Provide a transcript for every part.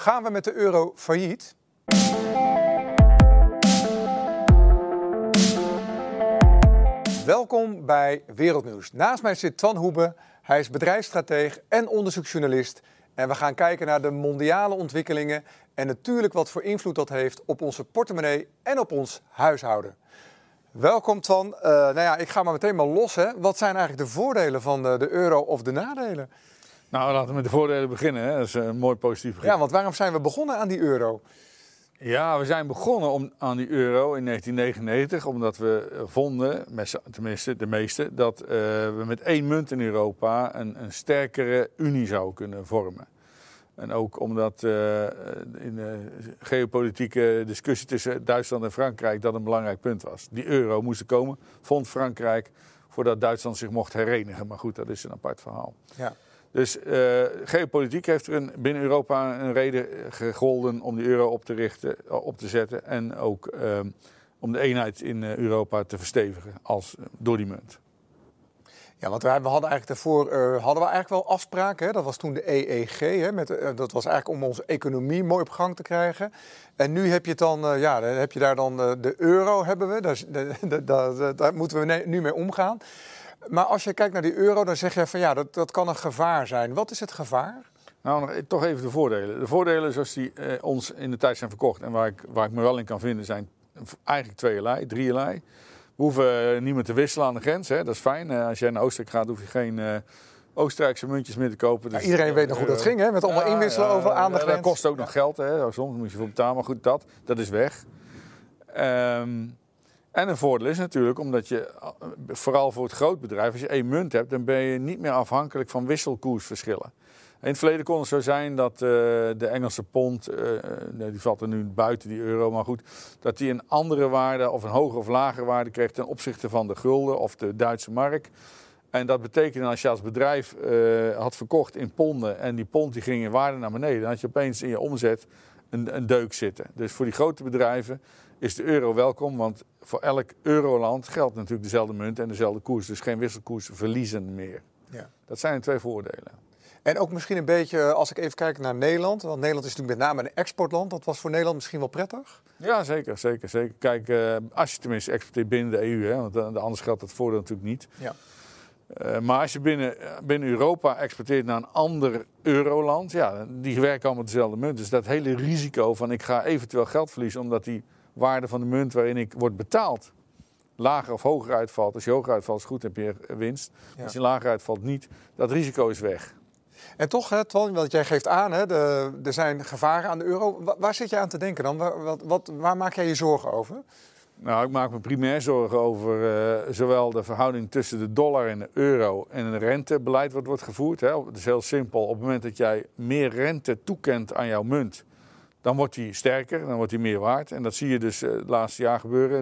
Gaan we met de euro failliet? Welkom bij Wereldnieuws. Naast mij zit Twan Hoebe. Hij is bedrijfsstrateeg en onderzoeksjournalist. En we gaan kijken naar de mondiale ontwikkelingen en natuurlijk wat voor invloed dat heeft op onze portemonnee en op ons huishouden. Welkom Twan. Ik ga maar meteen maar los. Hè. Wat zijn eigenlijk de voordelen van de euro of de nadelen? Nou, laten we met de voordelen beginnen. Hè. Dat is een mooi positief begin. Ja, want waarom zijn we begonnen aan die euro? Ja, we zijn begonnen aan die euro in 1999 omdat we vonden, tenminste de meeste, dat we met één munt in Europa een sterkere unie zouden kunnen vormen. En ook omdat in de geopolitieke discussie tussen Duitsland en Frankrijk dat een belangrijk punt was. Die euro moest er komen, vond Frankrijk, voordat Duitsland zich mocht herenigen. Maar goed, dat is een apart verhaal. Ja. Dus geopolitiek heeft er binnen Europa een reden gegolden om de euro op te zetten. En ook om de eenheid in Europa te verstevigen door die munt. Ja, want we hadden eigenlijk daarvoor wel afspraken. Hè? Dat was toen de EEG. Hè? Dat was eigenlijk om onze economie mooi op gang te krijgen. En nu heb je het dan, de euro hebben we. Daar moeten we nu mee omgaan. Maar als je kijkt naar die euro, dan zeg je van ja, dat kan een gevaar zijn. Wat is het gevaar? Nou, toch even de voordelen. De voordelen zoals die ons in de tijd zijn verkocht en waar ik me wel in kan vinden zijn eigenlijk drieërlei. We hoeven niet meer te wisselen aan de grens, hè? Dat is fijn. Als jij naar Oostenrijk gaat, hoef je geen Oostenrijkse muntjes meer te kopen. Dus, iedereen weet nog hoe dat ging, hè? Met allemaal inwisselen over aan de grens. Dat kost ook nog geld, hè? Soms moet je voor betalen, maar goed, dat is weg. En een voordeel is natuurlijk, omdat je, vooral voor het grootbedrijf, als je één munt hebt, dan ben je niet meer afhankelijk van wisselkoersverschillen. In het verleden kon het zo zijn dat de Engelse pond, die valt er nu buiten die euro, maar goed, dat die een andere waarde of een hogere of lagere waarde kreeg ten opzichte van de gulden of de Duitse mark. En dat betekende als je als bedrijf had verkocht in ponden en die pond die ging in waarde naar beneden, dan had je opeens in je omzet een deuk zitten. Dus voor die grote bedrijven is de euro welkom, want voor elk euroland geldt natuurlijk dezelfde munt en dezelfde koers. Dus geen wisselkoers verliezen meer. Ja. Dat zijn de twee voordelen. En ook misschien een beetje, als ik even kijk naar Nederland. Want Nederland is natuurlijk met name een exportland. Dat was voor Nederland misschien wel prettig? Ja, zeker. Kijk, als je tenminste exporteert binnen de EU, hè, want anders geldt dat voordeel natuurlijk niet. Ja. Maar als je binnen Europa exporteert naar een ander euroland, ja, die werken allemaal dezelfde munt. Dus dat hele risico van ik ga eventueel geld verliezen omdat die waarde van de munt waarin ik word betaald lager of hoger uitvalt. Als je hoger uitvalt is goed, heb je winst. Ja. Als je lager uitvalt niet, dat risico is weg. En toch, hè, Twan, want jij geeft aan, hè, er zijn gevaren aan de euro. Waar zit je aan te denken dan? Waar maak jij je zorgen over? Nou, ik maak me primair zorgen over zowel de verhouding tussen de dollar en de euro en het rentebeleid wat wordt gevoerd. Hè. Het is heel simpel. Op het moment dat jij meer rente toekent aan jouw munt, dan wordt die sterker, dan wordt die meer waard. En dat zie je dus het laatste jaar gebeuren.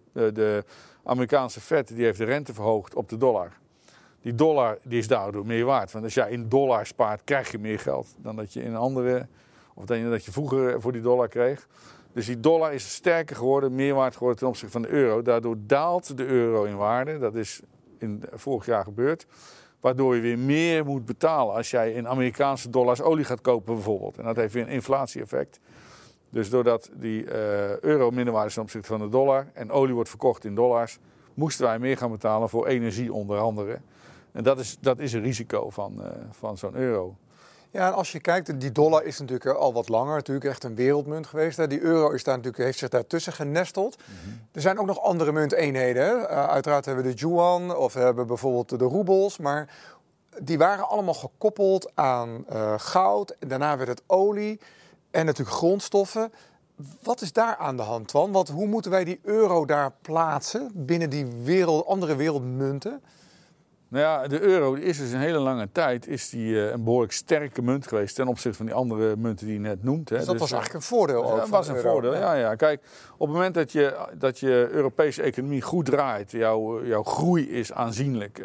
De Amerikaanse Fed die heeft de rente verhoogd op de dollar. Die dollar die is daardoor meer waard. Want als jij in dollar spaart, krijg je meer geld dan dat je in andere, of dat je vroeger voor die dollar kreeg. Dus die dollar is sterker geworden, meer waard geworden ten opzichte van de euro. Daardoor daalt de euro in waarde. Dat is vorig jaar gebeurd. Waardoor je weer meer moet betalen als jij in Amerikaanse dollars olie gaat kopen bijvoorbeeld. En dat heeft weer een inflatie-effect. Dus doordat die euro minder waard is ten opzichte van de dollar en olie wordt verkocht in dollars, moesten wij meer gaan betalen voor energie onder andere. En dat is een risico van zo'n euro. Ja, en als je kijkt, die dollar is natuurlijk al wat langer natuurlijk echt een wereldmunt geweest. Hè. Die euro heeft zich daartussen genesteld. Mm-hmm. Er zijn ook nog andere munteenheden. Hè. Uiteraard hebben we de yuan of we hebben bijvoorbeeld de roebels. Maar die waren allemaal gekoppeld aan goud. Daarna werd het olie en natuurlijk grondstoffen. Wat is daar aan de hand, Twan? Hoe moeten wij die euro daar plaatsen binnen die andere wereldmunten? Nou ja, de euro is dus een hele lange tijd een behoorlijk sterke munt geweest ten opzichte van die andere munten die je net noemt. Hè. Dus dat was eigenlijk een voordeel ook. Dat was een voordeel, ja. Kijk, op het moment dat je Europese economie goed draait, jouw groei is aanzienlijk.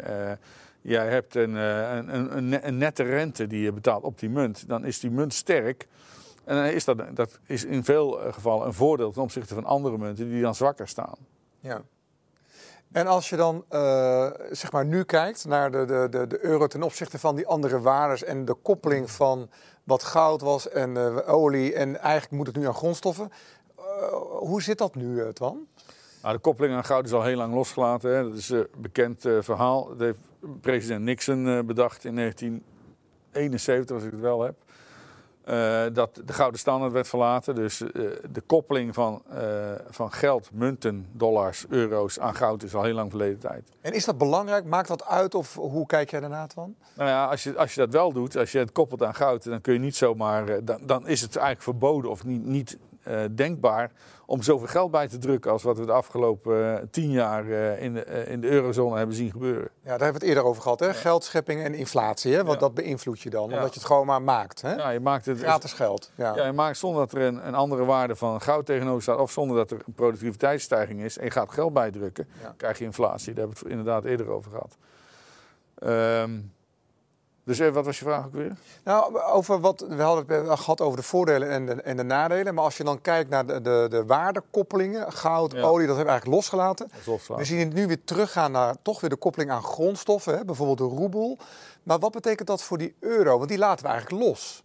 Jij hebt een nette rente die je betaalt op die munt, dan is die munt sterk. En dan is dat is in veel gevallen een voordeel ten opzichte van andere munten die dan zwakker staan. Ja. En als je dan zeg maar nu kijkt naar de euro ten opzichte van die andere waardes en de koppeling van wat goud was en olie en eigenlijk moet het nu aan grondstoffen. Hoe zit dat nu, Twan? Nou, de koppeling aan goud is al heel lang losgelaten. Hè. Dat is een bekend verhaal. Dat heeft president Nixon bedacht in 1971, als ik het wel heb. Dat de gouden standaard werd verlaten. Dus de koppeling van geld, munten, dollars, euro's aan goud is al heel lang verleden tijd. En is dat belangrijk? Maakt dat uit of hoe kijk jij daarna, Twan? Nou ja, als je dat wel doet, als je het koppelt aan goud, dan kun je niet zomaar. Dan is het eigenlijk verboden of niet denkbaar om zoveel geld bij te drukken als wat we de afgelopen 10 jaar in de eurozone hebben zien gebeuren. Ja, daar hebben we het eerder over gehad, hè? Geldschepping en inflatie, hè? Want dat beïnvloedt je dan, omdat je het gewoon maar maakt. Hè? Ja, je maakt het gratis geld. Ja, je maakt zonder dat er een andere waarde van goud tegenover staat, of zonder dat er een productiviteitsstijging is en je gaat geld bijdrukken, krijg je inflatie. Daar hebben we het inderdaad eerder over gehad. Dus wat was je vraag ook weer? Nou, we hadden het gehad over de voordelen en de nadelen. Maar als je dan kijkt naar de waardekoppelingen, goud, olie, dat hebben we eigenlijk losgelaten. We zien het nu weer teruggaan naar toch weer de koppeling aan grondstoffen, hè? Bijvoorbeeld de roebel. Maar wat betekent dat voor die euro? Want die laten we eigenlijk los.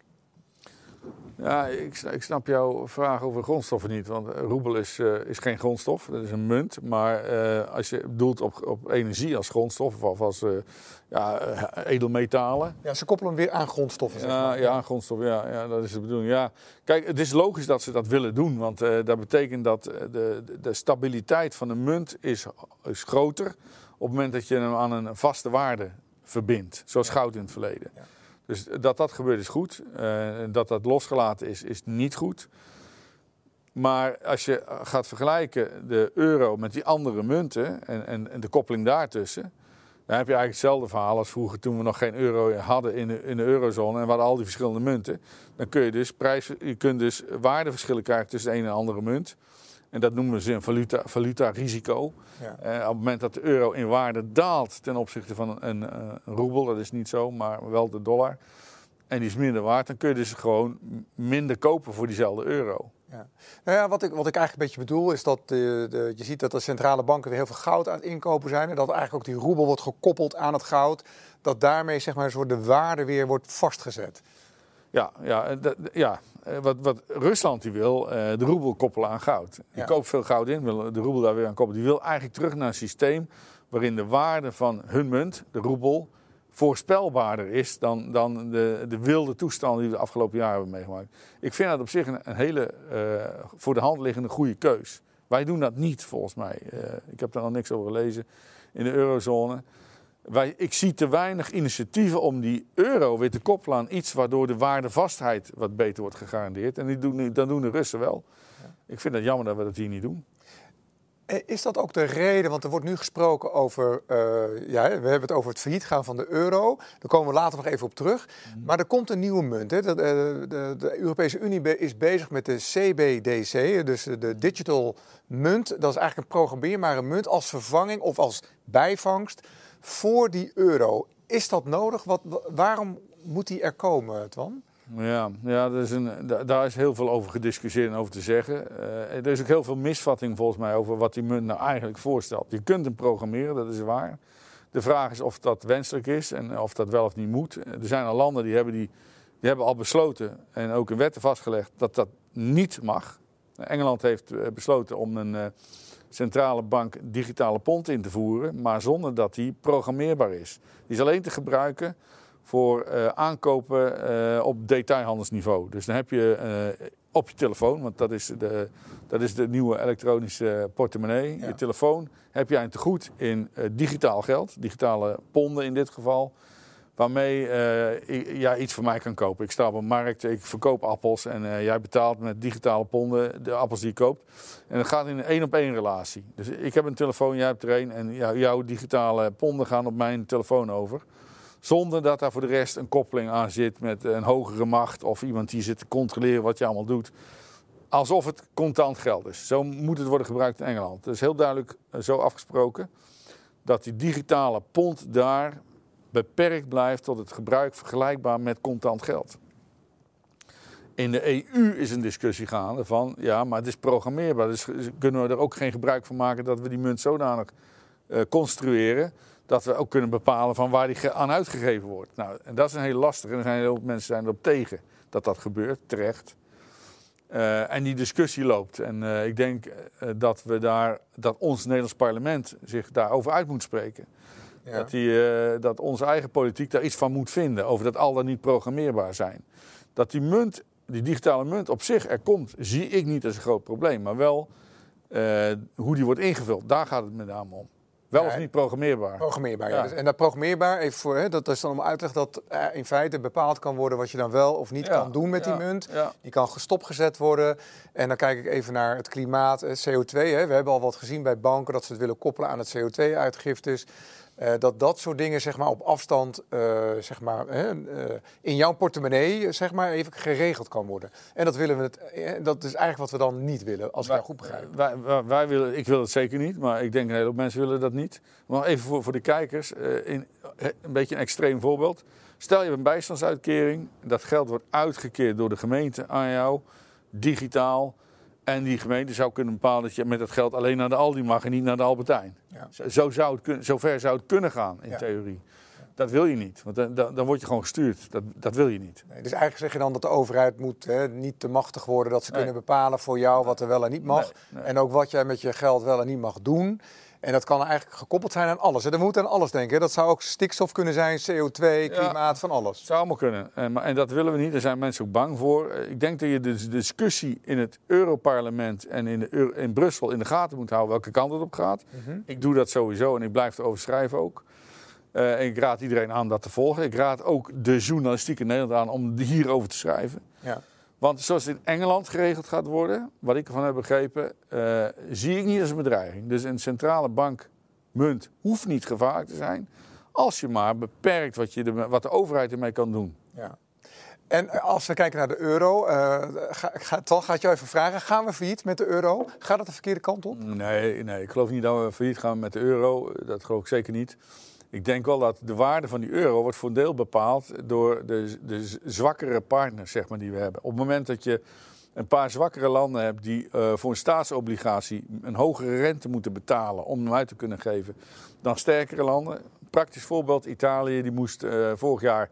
Ja, ik snap jouw vraag over grondstoffen niet. Want roebel is geen grondstof, dat is een munt. Maar als je bedoelt op energie als grondstof of als edelmetalen. Ja, ze koppelen hem weer aan grondstoffen. Zeg maar. Ja, aan grondstoffen, ja, dat is de bedoeling. Ja. Kijk, het is logisch dat ze dat willen doen. Want dat betekent dat de stabiliteit van de munt is groter op het moment dat je hem aan een vaste waarde verbindt. Zoals goud in het verleden. Ja. Dus dat gebeurt is goed. Dat losgelaten is niet goed. Maar als je gaat vergelijken de euro met die andere munten en de koppeling daartussen, dan heb je eigenlijk hetzelfde verhaal als vroeger toen we nog geen euro hadden in de eurozone en we hadden al die verschillende munten. Dan kun je kunt dus waardeverschillen krijgen tussen de ene en de andere munt. En dat noemen ze een valutarisico. Ja. Op het moment dat de euro in waarde daalt ten opzichte van een roebel, dat is niet zo, maar wel de dollar, en die is minder waard, dan kun je dus gewoon minder kopen voor diezelfde euro. Ja. Nou ja, wat ik eigenlijk een beetje bedoel is dat je ziet dat de centrale banken weer heel veel goud aan het inkopen zijn. En dat eigenlijk ook die roebel wordt gekoppeld aan het goud. Dat daarmee zeg maar zo de waarde weer wordt vastgezet. Ja. Wat Rusland die wil, de roebel koppelen aan goud. Die koopt veel goud in, wil de roebel daar weer aan koppelen. Die wil eigenlijk terug naar een systeem waarin de waarde van hun munt, de roebel, voorspelbaarder is dan de wilde toestand die we de afgelopen jaren hebben meegemaakt. Ik vind dat op zich een hele voor de hand liggende goede keus. Wij doen dat niet, volgens mij. Ik heb daar nog niks over gelezen in de eurozone. Ik zie te weinig initiatieven om die euro weer te koppelen aan iets waardoor de waardevastheid wat beter wordt gegarandeerd. En dat doen de Russen wel. Ja. Ik vind het jammer dat we dat hier niet doen. Is dat ook de reden, want er wordt nu gesproken over, we hebben het over het failliet gaan van de euro. Daar komen we later nog even op terug. Maar er komt een nieuwe munt. Hè. De Europese Unie is bezig met de CBDC, dus de digital munt. Dat is eigenlijk een programmeerbare munt als vervanging of als bijvangst voor die euro. Is dat nodig? Waarom moet die er komen, Twan? Ja, daar is heel veel over gediscussieerd en over te zeggen. Er is ook heel veel misvatting volgens mij over wat die munt nou eigenlijk voorstelt. Je kunt hem programmeren, dat is waar. De vraag is of dat wenselijk is en of dat wel of niet moet. Er zijn al landen die hebben al besloten en ook in wetten vastgelegd dat dat niet mag. Engeland heeft besloten om een centrale bank digitale pond in te voeren, maar zonder dat die programmeerbaar is. Die is alleen te gebruiken voor aankopen op detailhandelsniveau. Dus dan heb je op je telefoon, want dat is de nieuwe elektronische portemonnee. Ja. Je telefoon heb jij een tegoed in digitaal geld, digitale ponden in dit geval, waarmee jij iets voor mij kan kopen. Ik sta op een markt, ik verkoop appels en jij betaalt met digitale ponden de appels die je koopt. En dat gaat in een 1-op-1 relatie. Dus ik heb een telefoon, jij hebt er een en jouw digitale ponden gaan op mijn telefoon over. Zonder dat daar voor de rest een koppeling aan zit met een hogere macht of iemand die zit te controleren wat je allemaal doet. Alsof het contant geld is. Zo moet het worden gebruikt in Engeland. Het is heel duidelijk zo afgesproken dat die digitale pond daar beperkt blijft tot het gebruik vergelijkbaar met contant geld. In de EU is een discussie gaande van, ja, maar het is programmeerbaar. Dus kunnen we er ook geen gebruik van maken dat we die munt zodanig construeren, dat we ook kunnen bepalen van waar die aan uitgegeven wordt. Nou, en dat is een hele lastige. En er zijn heel veel mensen zijn erop tegen dat gebeurt, terecht. En die discussie loopt. En ik denk dat ons Nederlands parlement zich daarover uit moet spreken. Ja. Dat onze eigen politiek daar iets van moet vinden. Over dat al dan niet programmeerbaar zijn. Dat die digitale munt op zich er komt, zie ik niet als een groot probleem. Maar wel hoe die wordt ingevuld, daar gaat het met name om. Wel of niet programmeerbaar? Programmeerbaar, ja. Dus, en dat programmeerbaar, even voor, dat is dan om uit te leggen dat in feite bepaald kan worden wat je dan wel of niet kan doen met die munt. Ja. Die kan stopgezet worden. En dan kijk ik even naar het klimaat, CO2. We hebben al wat gezien bij banken dat ze het willen koppelen aan het CO2-uitgiftes. Dat soort dingen zeg maar, op afstand in jouw portemonnee zeg maar, even geregeld kan worden. En dat is eigenlijk wat we dan niet willen, als ik dat goed begrijp. Ik wil het zeker niet, maar ik denk een heleboel mensen willen dat niet. Maar even voor de kijkers, een beetje een extreem voorbeeld. Stel je hebt een bijstandsuitkering, dat geld wordt uitgekeerd door de gemeente aan jou, digitaal. En die gemeente zou kunnen bepalen dat je met dat geld alleen naar de Aldi mag en niet naar de Albert Heijn. Ja. Zover zou het kunnen gaan, in theorie. Ja. Dat wil je niet, want dan word je gewoon gestuurd. Dat wil je niet. Nee, dus eigenlijk zeg je dan dat de overheid moet niet te machtig worden, dat ze kunnen bepalen voor jou wat er wel en niet mag. Nee. En ook wat jij met je geld wel en niet mag doen. En dat kan eigenlijk gekoppeld zijn aan alles. Er moet aan alles denken. Dat zou ook stikstof kunnen zijn, CO2, klimaat, van alles. Het zou allemaal kunnen. En dat willen we niet. Daar zijn mensen ook bang voor. Ik denk dat je de discussie in het Europarlement en in Brussel in de gaten moet houden welke kant het op gaat. Mm-hmm. Ik doe dat sowieso en ik blijf erover schrijven ook. Ik raad iedereen aan dat te volgen. Ik raad ook de journalistiek in Nederland aan om hierover te schrijven. Ja. Want zoals het in Engeland geregeld gaat worden, wat ik ervan heb begrepen, zie ik niet als een bedreiging. Dus een centrale bankmunt hoeft niet gevaarlijk te zijn, als je maar beperkt wat de overheid ermee kan doen. Ja. En als we kijken naar de euro, ga ik jou even vragen, gaan we failliet met de euro? Gaat dat de verkeerde kant op? Nee, ik geloof niet dat we failliet gaan met de euro. Dat geloof ik zeker niet. Ik denk wel dat de waarde van die euro wordt voor een deel bepaald door de zwakkere partners zeg maar, die we hebben. Op het moment dat je een paar zwakkere landen hebt die voor een staatsobligatie een hogere rente moeten betalen om hem uit te kunnen geven dan sterkere landen. Praktisch voorbeeld, Italië die moest vorig jaar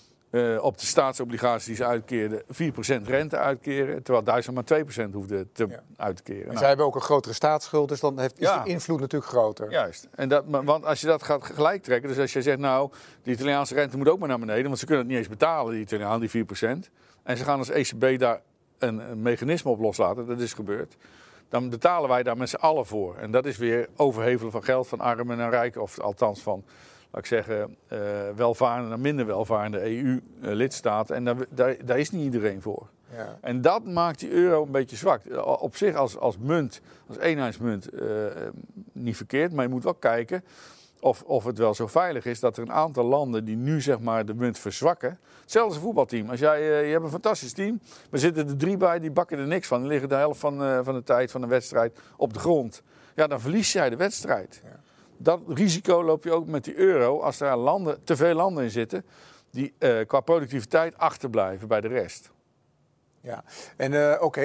op de staatsobligaties die ze uitkeerden 4% rente uitkeren, terwijl Duitsland maar 2% hoefde uit te keren. En zij hebben ook een grotere staatsschuld, dus dan is de invloed natuurlijk groter. Juist. Want als je dat gaat gelijk trekken, dus als je zegt nou, de Italiaanse rente moet ook maar naar beneden, want ze kunnen het niet eens betalen, die Italianen, die 4%. En ze gaan als ECB daar een mechanisme op loslaten, dat is gebeurd. Dan betalen wij daar met z'n allen voor. En dat is weer overhevelen van geld van armen naar rijken, of althans van, laat ik zeggen, welvarende naar minder welvarende EU-lidstaten. En daar is niet iedereen voor. Ja. En dat maakt die euro een beetje zwak. Op zich als munt, als eenheidsmunt, niet verkeerd. Maar je moet wel kijken of het wel zo veilig is dat er een aantal landen die nu zeg maar de munt verzwakken. Hetzelfde als een voetbalteam. Als je hebt een fantastisch team, maar zitten er 3 bij, die bakken er niks van. Die liggen de helft van de tijd van de wedstrijd op de grond. Ja, dan verlies jij de wedstrijd. Ja. Dat risico loop je ook met die euro als er te veel landen in zitten die qua productiviteit achterblijven bij de rest. Ja, en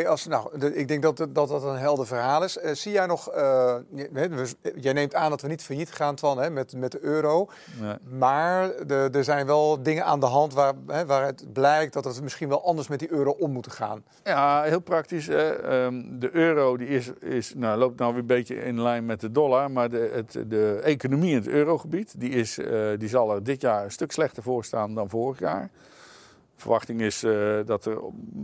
ik denk dat een helder verhaal is. Zie jij nog, jij neemt aan dat we niet failliet gaan, Twan, met de euro. Nee. Maar er zijn wel dingen aan de hand waar het blijkt dat we misschien wel anders met die euro om moeten gaan. Ja, heel praktisch. De euro die loopt nou weer een beetje in lijn met de dollar. Maar de economie in het eurogebied die zal er dit jaar een stuk slechter voor staan dan vorig jaar. De verwachting is dat er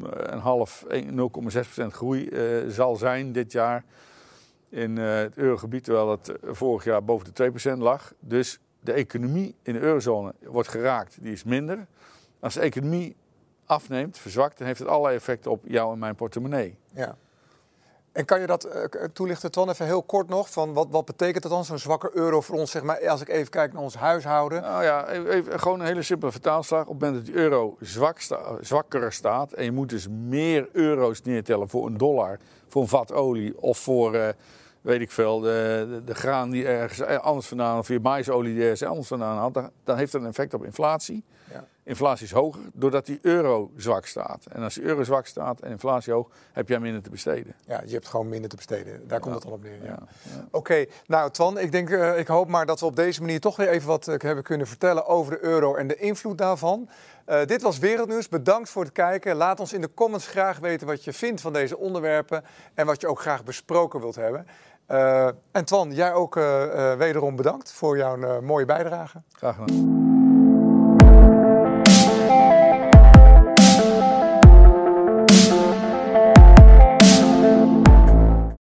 0,6% groei zal zijn dit jaar in het eurogebied, terwijl het vorig jaar boven de 2% lag. Dus de economie in de eurozone wordt geraakt, die is minder. Als de economie afneemt, verzwakt, dan heeft het allerlei effecten op jou en mijn portemonnee. Ja. En kan je dat toelichten, Twan, even heel kort nog? Van wat betekent dat dan, zo'n zwakke euro voor ons, zeg maar, als ik even kijk naar ons huishouden? Nou ja, even, gewoon een hele simpele vertaalslag. Op het moment dat die euro zwakker staat en je moet dus meer euro's neertellen voor $1, voor een vat olie of voor, weet ik veel, de graan die ergens anders vandaan, of je maisolie die ergens anders vandaan haalt, dan heeft dat een effect op inflatie. Ja. inflatie is hoger doordat die euro zwak staat. En als die euro zwak staat en inflatie hoog, heb jij minder te besteden. Ja, je hebt gewoon minder te besteden. Daar komt het al op neer. Ja. Ja. Oké, nou Twan, ik hoop maar dat we op deze manier toch weer even wat hebben kunnen vertellen over de euro en de invloed daarvan. Dit was Wereldnieuws. Bedankt voor het kijken. Laat ons in de comments graag weten wat je vindt van deze onderwerpen en wat je ook graag besproken wilt hebben. En Twan, jij ook wederom bedankt voor jouw mooie bijdrage. Graag gedaan.